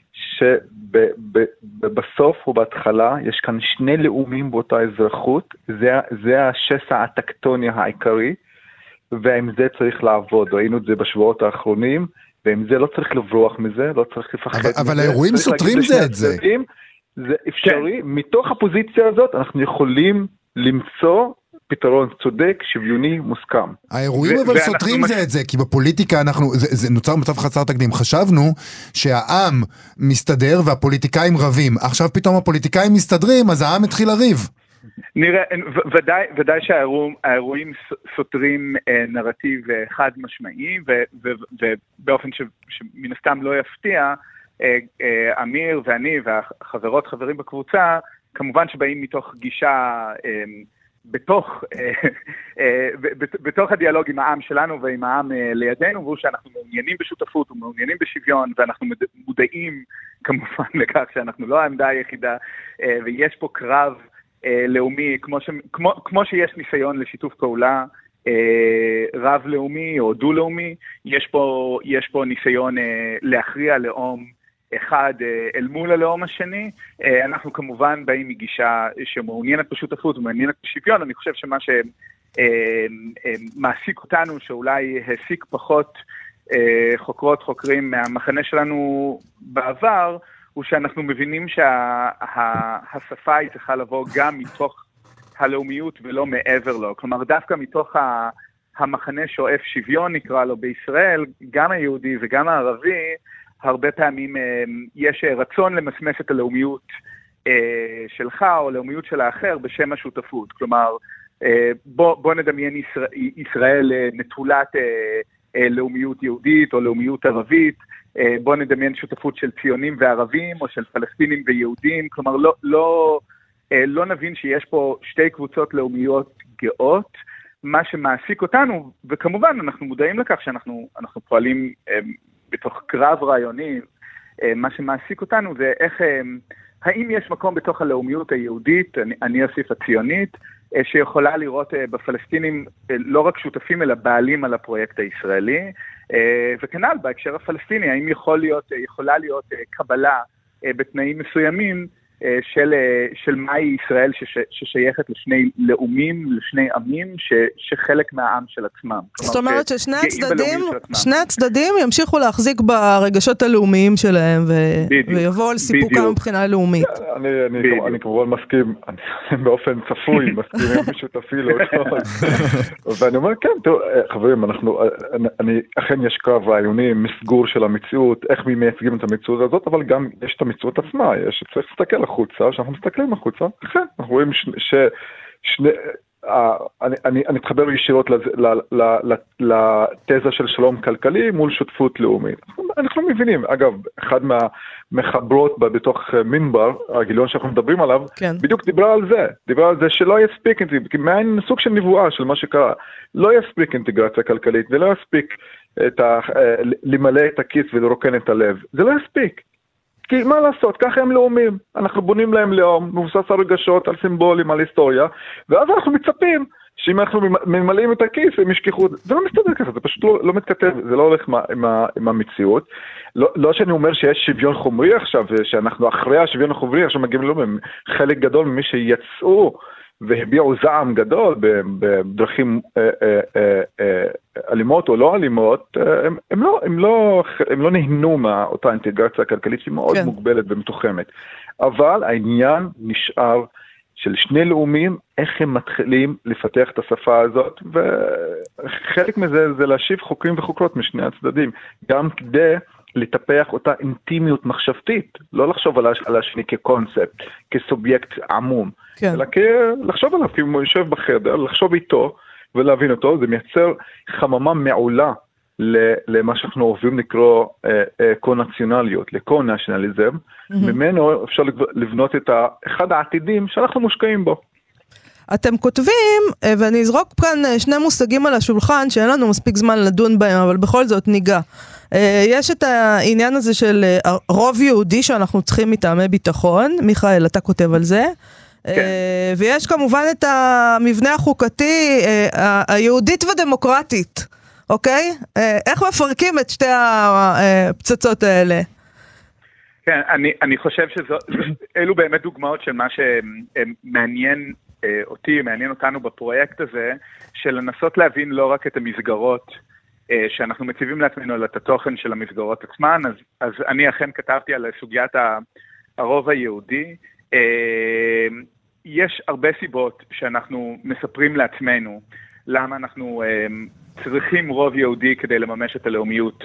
שבסוף ובהתחלה יש כאן שני לאומים באותה אזרחות, זה השסע הטקטוני העיקרי, ועם זה צריך לעבוד, ראינו את זה בשבועות האחרונים, ועם זה לא צריך לברוח מזה, לא צריך לפחד מזה. אבל האירועים סותרים זה את זה. זה אפשרי, מתוך הפוזיציה הזאת אנחנו יכולים למצוא פתרון צודק, שוויוני, מוסכם. האירועים אבל סותרים זה את זה, כי בפוליטיקה זה נוצר מצב חסר תקדים. חשבנו שהעם מסתדר והפוליטיקאים רבים. עכשיו פתאום הפוליטיקאים מסתדרים, אז העם התחיל לריב. נראה, ודאי שהאירועים סותרים נרטיב חד משמעי, ובאופן שמן הסתם לא יפתיע, אמיר ואני והחברות חברים בקבוצה, כמובן שבאים מתוך גישה בתוך הדיאלוג עם העם שלנו ועם העם לידינו, והוא שאנחנו מעוניינים בשותפות ומעוניינים בשוויון, ואנחנו מודעים כמובן לכך שאנחנו לא העמדה היחידה, ויש פה קרב לאומי, כמו שיש ניסיון לשיתוף פעולה רב-לאומי או דו-לאומי, יש פה ניסיון להכריע לאום אחד אל מול הלאום השני. אנחנו כמובן באים מגישה שמעוניינת בשותפות ומעוניינת בשוויון. אני חושב שמה שמעסיק אותנו, שאולי העסיק פחות חוקרות חוקרים מהמחנה שלנו בעבר, הוא שאנחנו מבינים שהשפה היא צריכה לבוא גם מתוך הלאומיות ולא מעבר לו. כלומר, דווקא מתוך המחנה שואף שוויון, נקרא לו בישראל, גם היהודי וגם הערבי, הרבה פעמים יש רצון למסמס את הלאומיות שלך או לאומיות של האחר בשם השותפות. כלומר, בוא נדמיין ישראל נטולת לאומיות יהודית או לאומיות ערבית, בוא נדמיין שותפות של ציונים וערבים או של פלסטינים ויהודים. כלומר, לא נבין שיש פה שתי קבוצות לאומיות גאות. מה שמעסיק אותנו, וכמובן אנחנו מודעים לכך שאנחנו פועלים בתוך קרב רעיוני, מה שמעסיק אותנו זה האם יש מקום בתוך הלאומיות היהודית, אני אוסיף הציונית, שיכולה לראות בפלסטינים לא רק שותפים אלא בעלים על הפרויקט הישראלי, וכנ"ל בהקשר הפלסטיני, האם יכולה להיות קבלה בתנאים מסוימים של מהי ישראל ששייכת לשני לאומים, לשני עמים, שחלק מהעם של עצמם. זאת אומרת ששני הצדדים ימשיכו להחזיק ברגשות הלאומיים שלהם, ויבואו על סיפוקם מבחינה לאומית. אני כמובן מסכים, באופן צפוי, מסכים עם שותפי לאותו. ואני אומר, כן, חברים, אכן יש קרב רעיוני, מסגור של המציאות, איך מייצגים את המציאות הזאת, אבל גם יש את המציאות עצמה, צריך להסתכל החוצה, שאנחנו מסתכלים החוצה, כן, אנחנו רואים אני אתחבר ישירות לתזה של שלום כלכלי מול שותפות לאומית. אנחנו מבינים, אגב, אחד מהמחברות בתוך מינבר, הגיליון שאנחנו מדברים עליו, בדיוק דיברה על זה שלא יספיק, מעין סוג של נבואה של מה שקרה, לא יספיק אינטגרציה כלכלית, ולא יספיק למלא את הכיס ולרוקן את הלב, זה לא יספיק. כי מה לעשות, ככה הם לאומים, אנחנו בונים להם לאום, מבוסס על רגשות, על סימבולים, על היסטוריה, ואז אנחנו מצפים שאם אנחנו ממלאים את הכיס הם ישכחו, זה לא מסתדר ככה, זה פשוט לא מתכתב, זה לא הולך עם המציאות. לא שאני אומר שיש שוויון חומרי עכשיו, שאנחנו אחרי השוויון החומרי, עכשיו מגיעים לאום, חלק גדול ממי שיצאו והביעו זעם גדול בדרכים אלימות או לא אלימות, הם לא נהנו מאותה אינטגרציה הכלכלית שהיא מאוד מוגבלת ומתוחמת. אבל העניין נשאר של שני לאומים, איך הם מתחילים לפתח את השפה הזאת, וחלק מזה זה להשיב חוקרים וחוקרות משני הצדדים, גם כדי לטפח אותה אינטימיות מחשבתית, לא לחשוב על השני כקונספט, כסובייקט עמום, כן. אלא לחשוב עליו, כי הוא יושב בחדר, לחשוב איתו ולהבין אותו, זה מייצר חממה מעולה למה שאנחנו אוהבים לקרוא קו-נציונליות, לקו-נשיונליזם, ממנו אפשר לבנות את אחד העתידים שאנחנו מושקעים בו. אתם כותבים, ואני אזרוק כאן שני מושגים על השולחן, שאין לנו מספיק זמן לדון בהם, אבל בכל זאת ניגע. יש את העניין הזה של רוב יהודי שאנחנו צריכים מטעמי ביטחון, מיכאל, אתה כותב על זה, ויש כמובן את המבנה החוקתי היהודית ודמוקרטית, אוקיי? איך מפרקים את שתי הפצצות האלה? כן, אני חושב שאלו באמת דוגמאות של מה שמעניין אותי, מעניין אותנו בפרויקט הזה, של לנסות להבין לא רק את המסגרות שאנחנו מציבים לעצמנו, אלא את התוכן של המסגרות עצמן. אז אני אכן כתבתי על סוגיית הרוב היהודי. יש הרבה סיבות שאנחנו מספרים לעצמנו למה אנחנו צריכים רוב יהודי כדי לממש את הלאומיות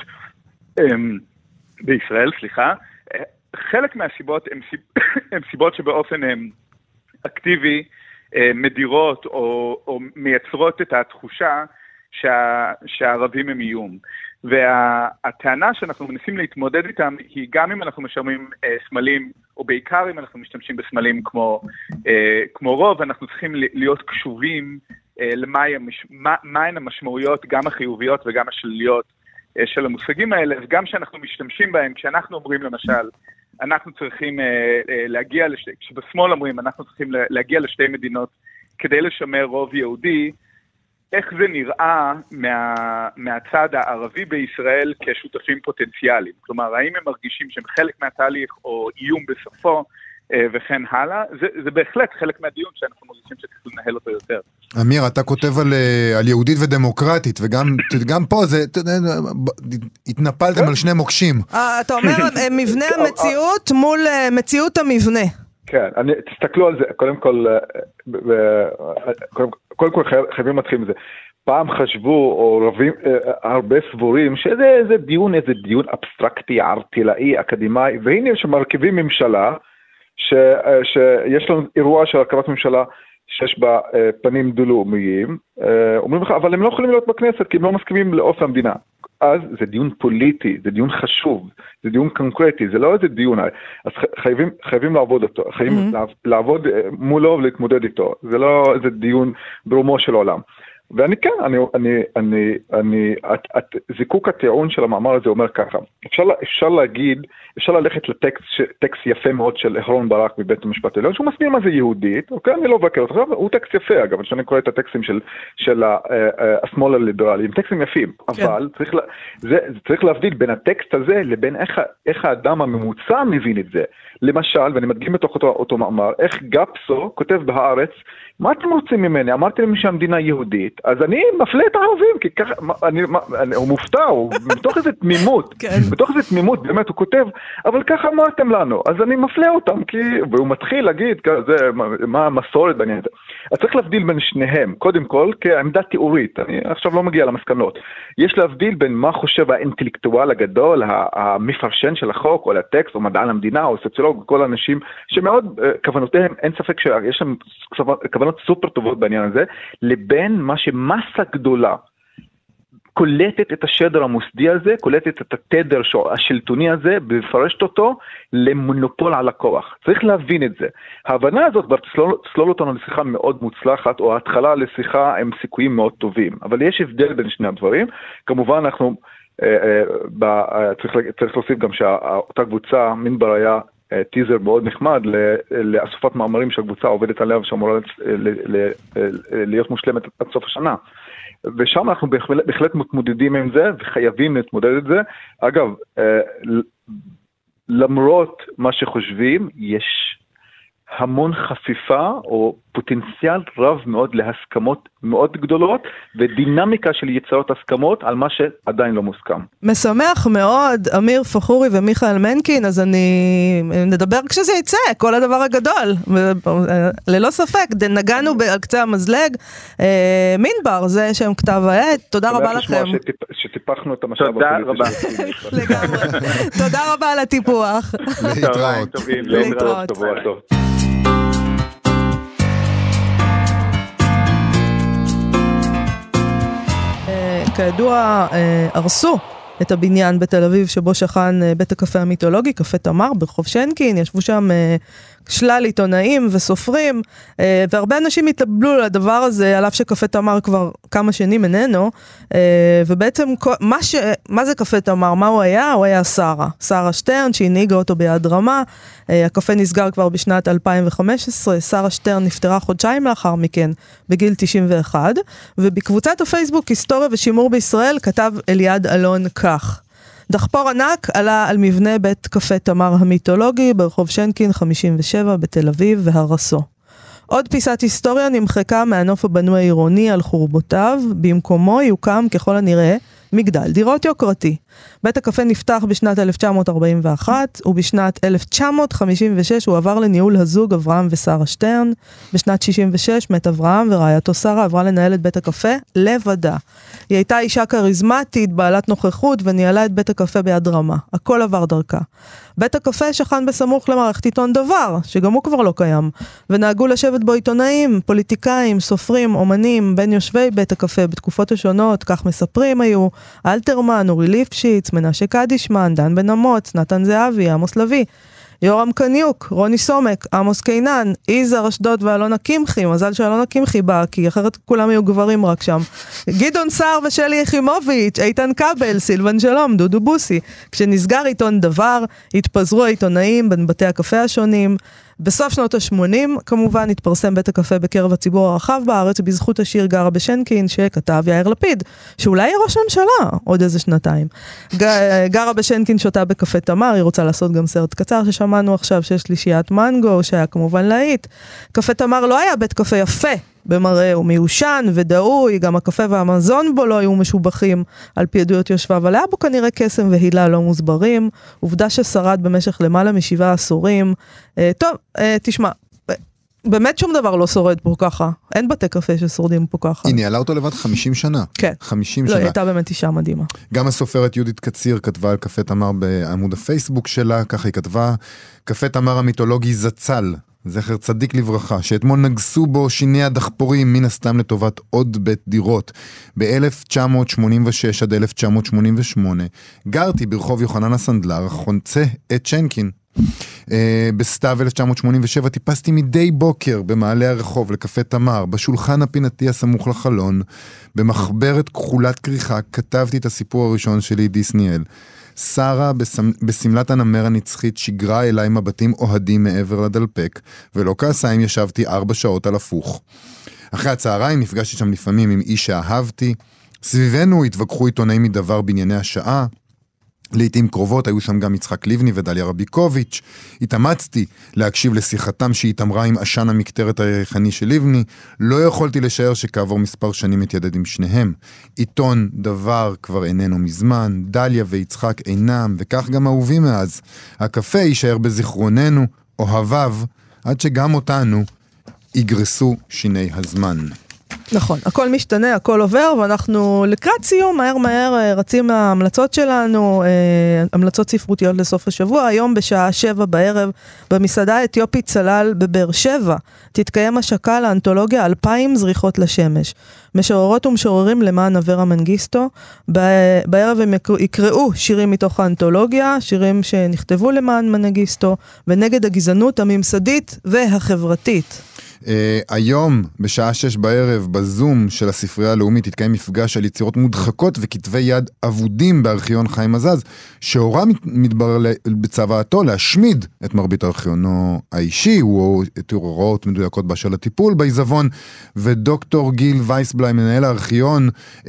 בישראל, סליחה. חלק מהסיבות הן סיבות שבאופן אקטיבי מדירות או מייצרות את התחושה שהערבים הם איום. והטענה שאנחנו מנסים להתמודד איתם היא גם אם אנחנו משלמים סמלים, או בעיקר אם אנחנו משתמשים בסמלים כמו רוב, אנחנו צריכים להיות קשובים למהן המשמעויות, גם החיוביות וגם השליליות של המושגים האלה, וגם שאנחנו משתמשים בהם, כשאנחנו אומרים למשל, אנחנו צריכים להגיע כשבשמאל אומרים, אנחנו צריכים להגיע לשתי מדינות כדי לשמר רוב יהודי, איך זה נראה מהצד הערבי בישראל כשותפים פוטנציאליים? כלומר, האם הם מרגישים שהם חלק מהתהליך או איום בסופו וכן הלאה? זה בהחלט חלק מהדיון שאנחנו מרגישים שצריך לנהל אותו יותר. אמיר, אתה כותב על יהודית ודמוקרטית, וגם פה התנפלתם על שני מוקשים. אתה אומר מבנה המציאות מול מציאות המבנה. כן, תסתכלו על זה, קודם כל חייבים להתחיל מזה. פעם חשבו, או רבים, הרבה סבורים, שזה דיון אבסטרקטי, ערטילאי, אקדמאי, והנה שמרכיבים ממשלה, שיש לנו אירוע של הרכבת ממשלה, שיש בה פנים דו-לאומיים, אומרים לך, אבל הם לא יכולים להיות בכנסת, כי הם לא מסכימים לאופי המדינה. אז זה דיון פוליטי, זה דיון חשוב, זה דיון קונקרטי, זה לא איזה דיון, אז חייבים לעבוד אותו, חייבים לעבוד מולו ולהתמודד איתו, זה לא איזה דיון ברומו של עולם. ואני כן, זיקוק הטיעון של המאמר הזה אומר ככה, אפשר ללכת לטקסט יפה מאוד של אהרון ברק מבית המשפט העליון, שהוא מסביר מה זה יהודית, אוקיי, אני לא מבקר אותו, הוא טקסט יפה אגב, שאני קורא את הטקסטים של השמאל הליברלי, הם טקסטים יפים, אבל צריך להבדיל בין הטקסט הזה לבין איך האדם הממוצע מבין את זה. למשל, ואני מדגים בתוך אותו מאמר, איך גפסו כותב בהארץ, מה אתם רוצים ממני? אמרתי להם שהמדינה יהודית, אז אני מפלה את הערבים, כי ככה, הוא מופתע, הוא בתוך איזה תמימות, באמת הוא כותב, אבל ככה אמרתם לנו, אז אני מפלה אותם, והוא מתחיל להגיד, מה המסורת בעניין הזה. אז צריך להבדיל בין שניהם, קודם כל, כעמדה תיאורית, אני עכשיו לא מגיע למסקנות, יש להבדיל בין מה חושב האינטלקטואל הגדול, המפרשן של החוק, או לטקסט, או מדען המדינה, או סוציולוג, כל האנשים שמאוד כוונותיהם, אין ספק שיש להם כוונות סופר טובות בעניין הזה, לבין מה שמסה גדולה קולטת את השדר המוסדי הזה, קולטת את התדר השלטוני הזה, ומפרשת אותו למונופול על הכוח. צריך להבין את זה. ההבנה הזאת כבר תסלול אותנו לשיחה מאוד מוצלחת, או ההתחלה לשיחה עם סיכויים מאוד טובים. אבל יש הבדל בין שני הדברים. כמובן אנחנו, צריך להוסיף גם שאותה קבוצה, מנבר היה טיזר מאוד נחמד לאסופת מאמרים שהקבוצה עובדת עליה ושאמורה להיות מושלמת עד סוף השנה. ושם אנחנו בהחלט מתמודדים עם זה וחייבים להתמודד את זה. אגב, למרות מה שחושבים, יש המון חפיפה או פוטנציאל רב מאוד להסכמות מאוד גדולות, ודינמיקה של יצירות הסכמות על מה שעדיין לא מוסכם. משמח מאוד, אמיר פחורי ומיכאל מנקין, אז נדבר כשזה יצא, כל הדבר הגדול, ללא ספק, נגענו על קצה המזלג, מינבר, זה שם כתב העת, תודה רבה לכם. שטיפחנו את המשאב הפוליטי. לגמרי, תודה רבה על הטיפוח. להתראות. כידוע, הרסו את הבניין בתל אביב שבו שכן בית הקפה המיתולוגי, קפה תמר ברחוב שנקין, ישבו שם שלל עיתונאים וסופרים, והרבה אנשים התלבלו על הדבר הזה, על אף שקפה תמר כבר כמה שנים איננו, ובעצם מה זה קפה תמר? מה הוא היה? הוא היה שרה שטרן שהנהיגה אותו ביד רמה, הקפה נסגר כבר בשנת 2015, שרה שטרן נפטרה חודשיים לאחר מכן, בגיל 91, ובקבוצת הפייסבוק היסטוריה ושימור בישראל כתב אליעד אלון כך: דחפור ענק עלה על מבנה בית קפה תמר המיתולוגי ברחוב שנקין 57 בתל אביב והרסו. עוד פיסת היסטוריה נמחקה מהנוף הבנוי העירוני על חורבותיו, במקומו יוקם ככל הנראה מגדל דירות יוקרתי. בית הקפה נפתח בשנת 1941, ובשנת 1956 הוא עבר לניהול הזוג אברהם ושרה שטרן. בשנת 66 מת אברהם ורעייתו שרה עברה לנהל את בית הקפה לבדה. היא הייתה אישה קריזמטית, בעלת נוכחות, וניהלה את בית הקפה ביד רמה. הכל עבר דרכה. בית הקפה שכן בסמוך למערכת עיתון דבר, שגם הוא כבר לא קיים, ונהגו לשבת בו עיתונאים, פוליטיקאים, סופרים, אומנים, בין יושבי בית הקפה בתקופות השונות, כך מספרים היו, אלתרמן, אורי ליפשיץ, מנשה קדישמן, דן בן אמוץ, נתן זהבי, עמוס לוי, יורם קניוק, רוני סומק, עמוס קינן, איזר אשדוד ואלונה קמחי, מזל שאלונה קמחי באה, כי אחרת כולם היו גברים רק שם. גדעון סער ושלי יחימוביץ', איתן קבל, סילבן שלום, דודו בוסי. כשנסגר עיתון דבר, התפזרו העיתונאים בין בתי הקפה השונים. בסוף שנות ה-80, כמובן, התפרסם בית הקפה בקרב הציבור הרחב בארץ, בזכות השיר גרה בשנקין, שכתב יאיר לפיד, שאולי יהיה ראש הממשלה עוד איזה שנתיים. גרה בשנקין שותה בקפה תמר, היא רוצה לעשות גם סרט קצר, ששמענו עכשיו שיש שלישיית מנגו, שהיה כמובן להיט. קפה תמר לא היה בית קפה יפה, במראה הוא מיושן ודאוי, גם הקפה והמזון בו לא היו משובחים על פי עדויות יושבה, אבל היה בו כנראה קסם והילה לא מוסברים, עובדה ששרד במשך למעלה מ7 עשורים. טוב, תשמע, באמת שום דבר לא שורד פה ככה, אין בתי קפה ששורדים פה ככה. היא ניהלה אותו לבד 50 שנה. כן. 50 לא, שנה. היא הייתה באמת אישה מדהימה. גם הסופרת יהודית קציר כתבה על קפה תמר בעמוד הפייסבוק שלה, ככה היא כתבה, קפה תמר המיתולוגי זצ"ל, זכר צדיק לברכה, שאתמול נגסו בו שיני הדחפורים מן הסתם לטובת עוד בית דירות. ב-1986 עד 1988 גרתי ברחוב יוחנן הסנדלר, חונצה את שנקין. בסתיו 1987 טיפסתי מדי בוקר במעלה הרחוב לקפה תמר, בשולחן הפינתי הסמוך לחלון, במחברת כחולת כריכה, כתבתי את הסיפור הראשון שלי, דיסניאל. שרה בסמלת הנמר הנצחית שיגרה אליי מבטים אוהדים מעבר לדלפק, ולא כעסה אם ישבתי 4 שעות על הפוך. אחרי הצהריים נפגשתי שם לפעמים עם איש שאהבתי, סביבנו התווכחו עיתונאים מדבר בענייני השעה, לעתים קרובות היו שם גם יצחק לבני ודליה רביקוביץ'. התאמצתי להקשיב לשיחתם שהתאמרה עם עשן המקטרת היחני של לבני. לא יכולתי לשער שכעבור מספר שנים התיידד עם שניהם. עיתון דבר כבר איננו מזמן, דליה ויצחק אינם, וכך גם אהובים מאז. הקפה יישאר בזיכרוננו, אוהביו, עד שגם אותנו יגרסו שיני הזמן. נכון, הכל משתנה, הכל עובר, ואנחנו לקראת סיום, מהר רצים ההמלצות שלנו, המלצות ספרותיות לסוף השבוע. היום בשעה 7 בערב, במסעדה האתיופית צלל בבאר שבע, תתקיים השקה לאנתולוגיה 2000 זריחות לשמש. משוררות ומשוררים למען אברה מנגיסטו, בערב הם יקראו שירים מתוך האנתולוגיה, שירים שנכתבו למען מנגיסטו, ונגד הגזענות הממסדית והחברתית. היום בשעה 6 בערב בזום של הספרייה הלאומית התקיים מפגש על יצירות מודחקות וכתבי יד אבודים בארכיון חיים עזז, שהורה מתברר בצוואתו להשמיד את מרבית ארכיונו האישי. הוא התיר הוראות מדויקות באשר לטיפול בעיזבון, ודוקטור גיל וייסבלאי מנהל הארכיון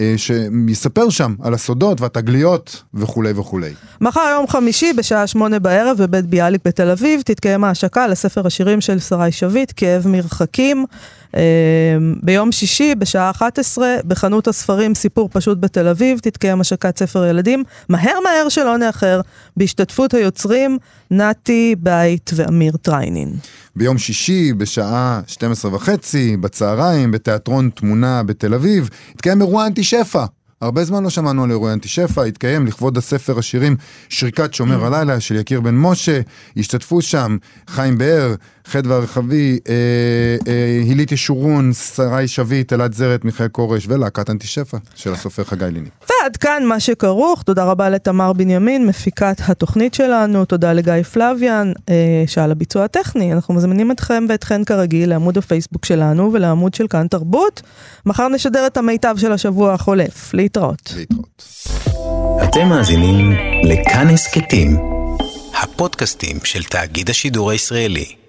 שיספר שם על הסודות והתגליות וכו' וכו'. מחר יום חמישי בשעה 8 בערב בבית ביאליק בתל אביב תתקיים ההשקה לספר השירים של שרי שביט, כאב מרחב. משחקים. ביום שישי, בשעה 11, בחנות הספרים סיפור פשוט בתל אביב, תתקיים השקת ספר ילדים, מהר שלא נאחר, בהשתתפות היוצרים נתי בית ואמיר טריינין. ביום שישי, בשעה 12:30, בצהריים, בתיאטרון תמונה בתל אביב, התקיים אירוע אנטישפע. הרבה זמן לא שמענו על אירועי אנטישפע, התקיים לכבוד הספר השירים שריקת שומר הלילה של יקיר בן משה, השתתפו שם חיים באר, חדווה רחבי, הילית ישורון, שרי שביט, אלעד זרת, מיכאל קורש ולהקת אנטישפע של הסופר חגי ליני. ועד כאן מה שכרוך, תודה רבה לתמר בנימין, מפיקת התוכנית שלנו, תודה לגיא פלוויאן, שעל הביצוע הטכני, אנחנו מזמינים אתכם ואתכן כרגיל לעמוד הפייסבוק שלנו ולעמוד של כאן תרבות, מחר נשדר את המיטב של השבוע החולף, להתראות. אתם מאזינים לכאן הסכתים, הפודקאסטים של תאגיד השידור הישראלי.